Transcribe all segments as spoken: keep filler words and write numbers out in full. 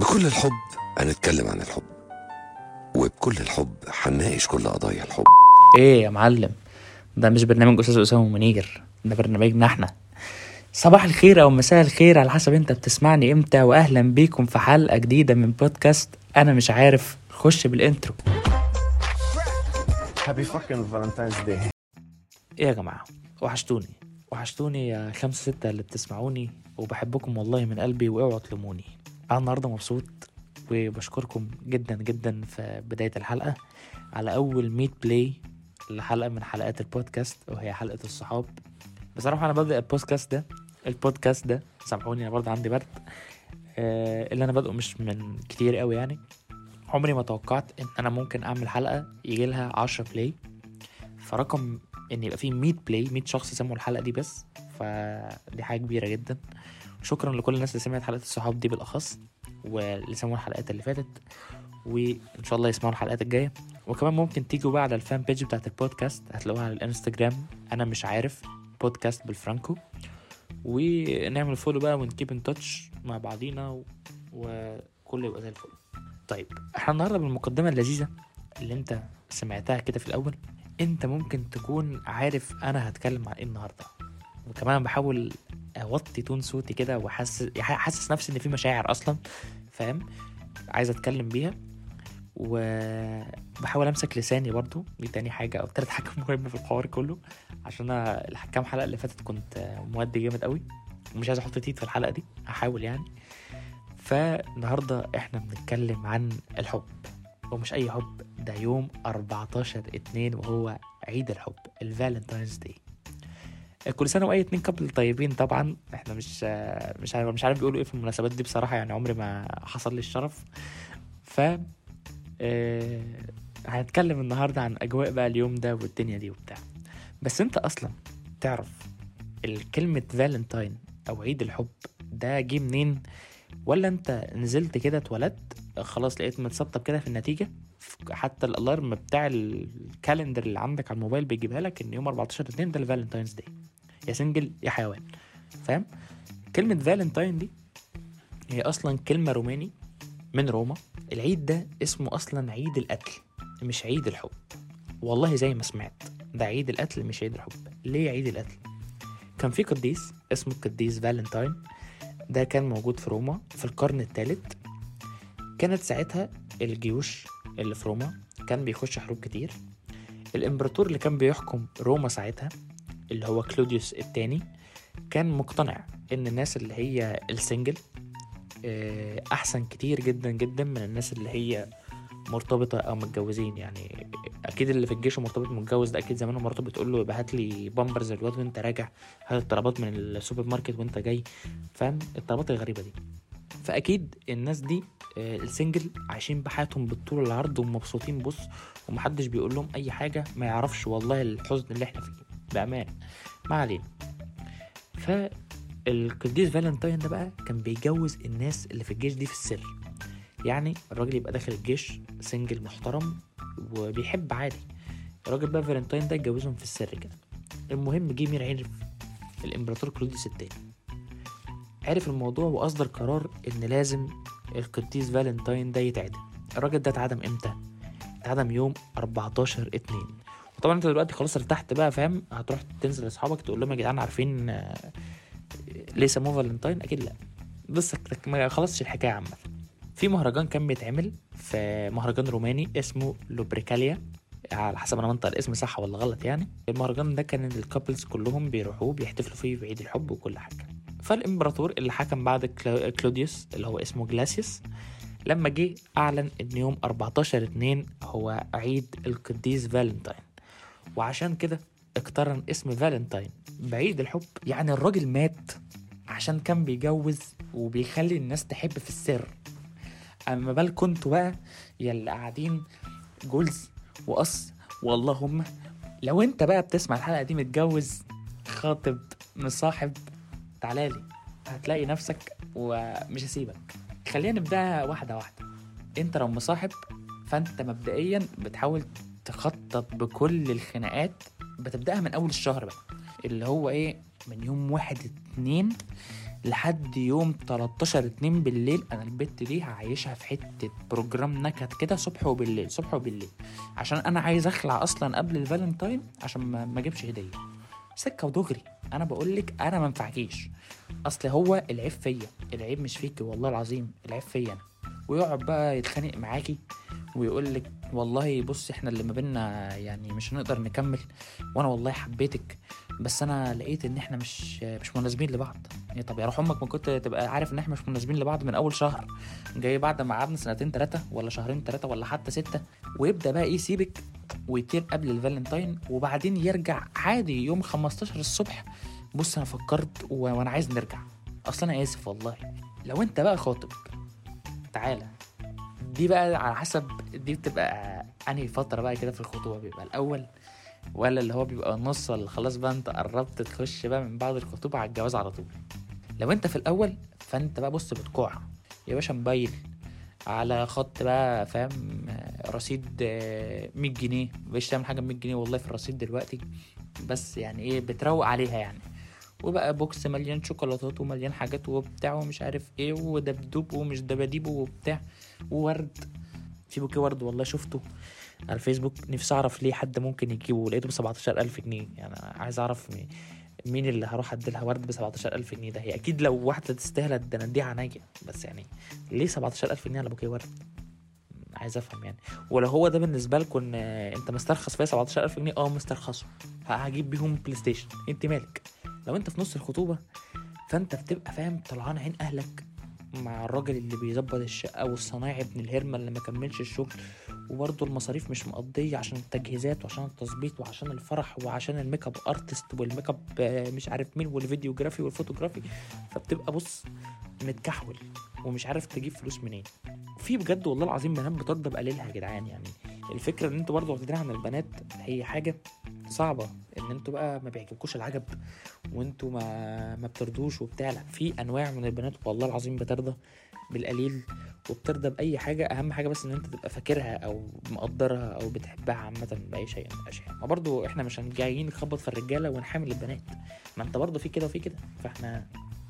بكل الحب هنتكلم عن الحب، وبكل الحب هنناقش كل قضايا الحب. ايه يا معلم، ده مش برنامج استاذ اسامه منير، ده برنامجنا احنا. صباح الخير او مساء الخير على حسب انت بتسمعني امتى، واهلا بيكم في حلقه جديده من بودكاست انا مش عارف. خش بالانترو. Happy fucking Valentine's Day. ايه يا جماعه، وحشتوني وحشتوني يا خمسة ستة اللي بتسمعوني، وبحبكم والله من قلبي، واوعوا تلوموني. انا النهارده مبسوط وبشكركم جدا جدا في بدايه الحلقه على اول مية بلاي لحلقه من حلقات البودكاست، وهي حلقه الصحاب. بصراحه انا ببدا البودكاست ده البودكاست ده سامحوني، انا برضه عندي برد، آه اللي انا بدأه مش من كتير قوي يعني. عمري ما توقعت ان انا ممكن اعمل حلقه يجي لها عشرة بلاي، فرقم ان يبقى فيه مية بلاي، مية شخص سمعوا الحلقه دي بس، فدي حاجه كبيره جدا. شكرا لكل الناس اللي سمعت حلقه الصحاب دي بالاخص، واللي سمعوا الحلقات اللي فاتت، وان شاء الله يسمعوا الحلقات الجايه. وكمان ممكن تيجوا بقى على الفان بيج بتاعت البودكاست، هتلاقوها على الانستجرام انا مش عارف بودكاست بالفرانكو، ونعمل فولو بقى ونكيب ان تاتش مع بعضينا و... وكله يبقى زي الفل. طيب احنا النهارده بالمقدمه اللذيذه اللي انت سمعتها كده في الاول، انت ممكن تكون عارف انا هتكلم عن ايه النهارده، وكمان بحاول اوطي تون صوتي كده وحاسس حاسس نفسي ان في مشاعر اصلا، فاهم، عايز اتكلم بيها، وبحاول امسك لساني برضو. دي تاني حاجه او تالت حاجه مهمه في الحوار كله، عشان انا الكام حلقه اللي فاتت كنت مودي جامد قوي ومش عايز احط تيت في الحلقه دي، هحاول يعني. فالنهارده احنا بنتكلم عن الحب، ومش اي حب، ده يوم أربعتاشر اتنين وهو عيد الحب، الفالنتاينز داي. كل سنه واي اتنين كابل طيبين. طبعا احنا مش مش عارف مش عارف بيقولوا ايه في المناسبات دي بصراحه، يعني عمري ما حصل لي الشرف. ف اه... هنتكلم النهارده عن اجواء بقى اليوم ده والدنيا دي وبتاع. بس انت اصلا تعرف الكلمه فالنتاين او عيد الحب ده جه منين؟ ولا انت نزلت كده اتولدت خلاص لقيت متسطب كده في النتيجه، حتى الالارم بتاع الكالندر اللي عندك على الموبايل بيجيبها لك ان يوم أربعتاشر اتنين ده الفالنتاينز داي، يا سنجل يا حيوان، فاهم؟ كلمه فالنتاين دي هي اصلا كلمه روماني من روما. العيد ده اسمه اصلا عيد القتل مش عيد الحب، والله زي ما سمعت، ده عيد القتل مش عيد الحب. ليه عيد القتل؟ كان في قديس اسمه القديس فالنتاين، ده كان موجود في روما في القرن الثالث. كانت ساعتها الجيوش اللي في روما كان بيخش حروب كتير. الامبراطور اللي كان بيحكم روما ساعتها اللي هو كلوديوس الثاني كان مقتنع ان الناس اللي هي السنجل احسن كتير جدا جدا من الناس اللي هي مرتبطه او متجوزين. يعني اكيد اللي في الجيش مرتبط متجوز ده اكيد زمانه مراته بتقول له يبقى هات لي بامبرز الواد وانت راجع، هات الطلبات من السوبر ماركت وانت جاي، فاهم الطلبات الغريبه دي. فاكيد الناس دي السنجل عايشين بحياتهم بالطول والعرض ومبسوطين بص، ومحدش بيقول لهم اي حاجه، ما يعرفش والله الحزن اللي احنا فيه بامان. ما علينا. فالقديس فالنتاين ده بقى كان بيجوز الناس اللي في الجيش دي في السر. يعني الراجل يبقى داخل الجيش سنجل محترم وبيحب عادي، الراجل بقى فالنتاين ده يتجوزهم في السر كده. المهم جه مين عرف؟ الامبراطور كلوديوس الثاني عرف الموضوع وأصدر قرار إن لازم القديس فالنتاين ده يتعدم. الراجل ده اتعدم إمتى؟ اتعدم يوم أربعتاشر اتنين. وطبعا انت دلوقتي خلاص ارتحت بقى، فاهم، هتروح تنزل لاصحابك تقول لهم يا جدعان عارفين ليه سموه فالنتاين؟ اكيد لا، بس ما خلصش الحكايه. عامه في مهرجان كان بيتعمل في مهرجان روماني اسمه لوبريكاليا، على حسب انا منطق الاسم صح ولا غلط يعني. المهرجان ده كان الكابلز كلهم بيروحوه بيحتفلوا فيه بعيد الحب وكل حاجه. فالامبراطور اللي حكم بعد كلوديوس اللي هو اسمه جلاسيوس لما جه اعلن ان يوم أربعتاشر اتنين هو عيد القديس فالنتاين، وعشان كده اقترن اسم فالنتاين بعيد الحب. يعني الراجل مات عشان كان بيجوز وبيخلي الناس تحب في السر. اما بال كنتوا بقى يلي قاعدين جولز وقص، واللهم لو انت بقى بتسمع الحلقه دي متجوز خاطب مصاحب تعالالي هتلاقي نفسك ومش هسيبك. خلينا نبدأ واحدة واحدة. انت لو مصاحب فانت مبدئيا بتحاول تخطط بكل الخناقات، بتبدأها من اول الشهر بقى، اللي هو ايه، من يوم واحد اتنين لحد يوم تلتاشر اتنين بالليل انا البت دي هعيشها في حته بروجرام نكت كده صبح وبالليل صبح وبالليل، عشان انا عايز اخلع اصلا قبل الفالنتاين عشان ما ما اجيبش هديه. سكه ودغري، انا بقولك انا ما ينفعكيش، اصل هو العيب فيا، العيب مش فيكي والله العظيم، العيب فيا انا. ويقعد بقى يتخانق معاكي ويقول لك والله بص احنا اللي ما بيننا يعني مش هنقدر نكمل، وانا والله حبيتك بس انا لقيت ان احنا مش مش مناسبين لبعض. يعني طب يا روح امك، ما كنت تبقى عارف ان احنا مش مناسبين لبعض من اول شهر، جاي بعد ما قعدنا سنتين ثلاثه ولا شهرين ثلاثه ولا حتى ستة، ويبدا بقى ايه يسيبك ويطير قبل الفالنتاين، وبعدين يرجع عادي يوم خمستاشر الصبح. بص انا فكرت و... وانا عايز نرجع، اصلا انا اسف والله. لو انت بقى خاطب تعالى، دي بقى على حسب دي بتبقى انهي فتره بقى كده في الخطوبه، بيبقى الاول ولا اللي هو بيبقى النص ولا خلاص بقى انت قربت تخش بقى من بعد الخطوبه على الجواز على طول. لو انت في الاول فانت بقى بص بتكوع يا باشا، موبايل على خط بقى فاهم، رصيد مية جنيه، مش تعمل حاجه ب مية جنيه والله في الرصيد دلوقتي، بس يعني ايه بتروق عليها يعني. وبقى بوكس مليان شوكولاتات ومليان حاجات وبتاع ومش عارف ايه ودبدوب ومش دباديب وبتاع وورد. في بوكيه ورد والله شفته على الفيسبوك، نفسي اعرف ليه حد ممكن يجيبه، لقيته بسبعتاشر الف جنيه. يعني عايز اعرف مين اللي هروح اديلها ورد بسبعتاشر الف جنيه ده. هي اكيد لو واحده تستاهل ده انا اديها عينيا، بس يعني ليه سبعتاشر الف جنيه على بوكيه ورد؟ عايز افهم يعني. ولو هو ده بالنسبه لكم انت مسترخص فيها سبعتاشر الف جنيه، اه مسترخصه، هجيب بيهم بلاي ستيشن، انت مالك. لو انت في نص الخطوبه فانت بتبقى فاهم طلعان عين اهلك مع الراجل اللي بيظبط الشقه والصنايعي ابن الهرمه اللي ما كملش الشغل، وبرضه المصاريف مش مقضيه عشان التجهيزات وعشان التظبيط وعشان الفرح وعشان الميك اب ارتست والميك اب مش عارف مين والفيديوجرافي والفوتوغرافي، فبتبقى بص متكحول ومش عارف تجيب فلوس منين. في بجد والله العظيم بنات بترضى بقليلها يا جدعان. يعني الفكره ان انتوا برضه واخدين عن البنات هي حاجه صعبه، ان انتوا بقى ما بيعجبكوش العجب وانتوا ما ما بترضوش وبتاع. لا، في انواع من البنات والله العظيم بترضى بالقليل وبترضى باي حاجه، اهم حاجه بس ان انت تبقى فاكرها او مقدرها او بتحبها عامه باي شيء من الاشياء. ما برضه احنا مش جايين نخبط في الرجاله ونحامل البنات، ما انت برضه في كده وفي كده، فاحنا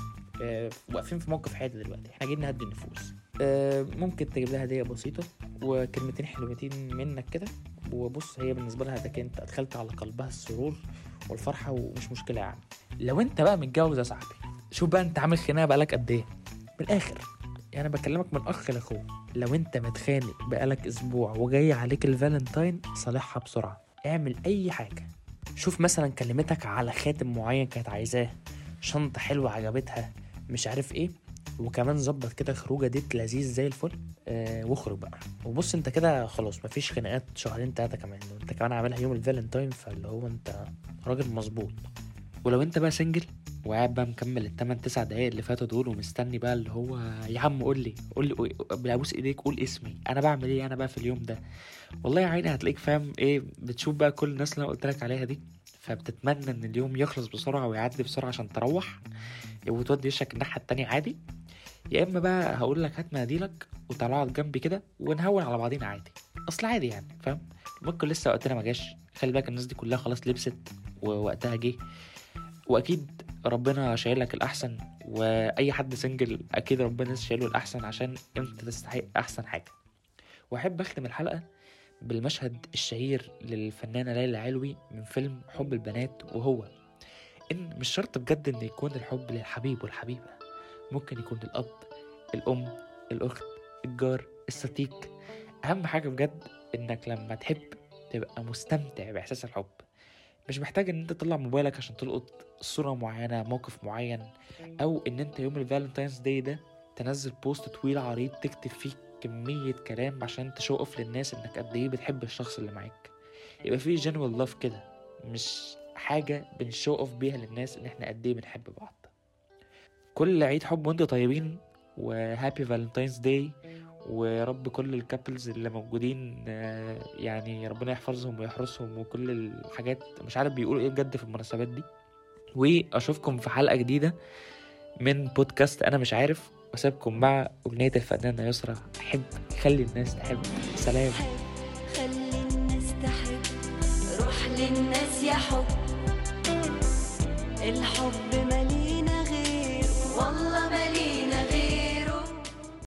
اه واقفين في موقف حاد دلوقتي، احنا جايين نهدي النفوس. اه ممكن تجيب لها هديه بسيطه وكلمتين حلوتين منك كده، وبص هي بالنسبه لها ده انت ادخلت على قلبها السرور والفرحه ومش مشكله يعني. لو انت بقى متجوز يا صاحبي، شوف بقى انت عامل خناقه بقالك قد ايه من الاخر، يعني بكلمك من اخ لاخوه. لو انت متخانق بقالك اسبوع وجاي عليك الفالنتاين، صالحها بسرعه، اعمل اي حاجه. شوف مثلا كلمتك على خاتم معين كانت عايزاه، شنطه حلوه عجبتها، مش عارف ايه، وكمان ظبط كده خروجه ديت لذيذ زي الفل. آه واخرج بقى وبص انت كده خلاص مفيش خناقات شهرين تلاتة كمان، وانت كمان عاملها يوم الفالنتاين، فاللي هو انت راجل مظبوط. ولو انت بقى سنجل وقاعد بقى مكمل التمن تسع دقايق اللي فاتوا دول ومستني بقى اللي هو يا عم قول لي قول لي بلابوس ايديك قول اسمي انا بعمل ايه انا بقى في اليوم ده، والله يا عيني هتلاقيك فاهم ايه، بتشوف بقى كل الناس اللي انا قلت لك عليها دي، فبتتمنى ان اليوم يخلص بسرعه ويعدي بسرعه عشان تروح وتودي وشك الناحيه التانية عادي. يا اما بقى هقول لك هات مناديلك وتعالى اقعد جنبي كده ونهون على بعضينا عادي، اصل عادي يعني فاهم، ممكن لسه وقتنا ما جاش. خلي بالك الناس دي كلها خلاص لبست ووقتها جه، واكيد ربنا شايل لك الاحسن، واي حد سنجل اكيد ربنا شايله الاحسن عشان انت تستحق احسن حاجه. واحب اختم الحلقه بالمشهد الشهير للفنانه ليلى علوي من فيلم حب البنات، وهو ان مش شرط بجد ان يكون الحب للحبيب والحبيبه، ممكن يكون الاب الام الاخت الجار الصديق. اهم حاجه بجد انك لما تحب تبقى مستمتع باحساس الحب، مش محتاج ان انت تطلع موبايلك عشان تلقط صورة معينة موقف معين، او ان انت يوم الفالنتاينز داي ده تنزل بوست طويل عريض تكتب فيه كمية كلام عشان تشوف للناس انك قد ايه بتحب الشخص اللي معاك. يبقى فيه جنوال لاف كده، مش حاجة بنشو اوف بيها للناس ان احنا قد ايه بنحب بعض. كل عيد حب وانتوا طيبين، وهابي فالنتاينز داي، ورب كل الكابلز اللي موجودين يعني ربنا يحفظهم ويحرسهم وكل الحاجات، مش عارف بيقولوا ايه بجد في المناسبات دي. واشوفكم في حلقة جديدة من بودكاست انا مش عارف، واسيبكم مع اغنية الفنانة يسرا حب خلي الناس تحب. سلام. خلي الناس تحب، روح للناس يا حب، الحب ملك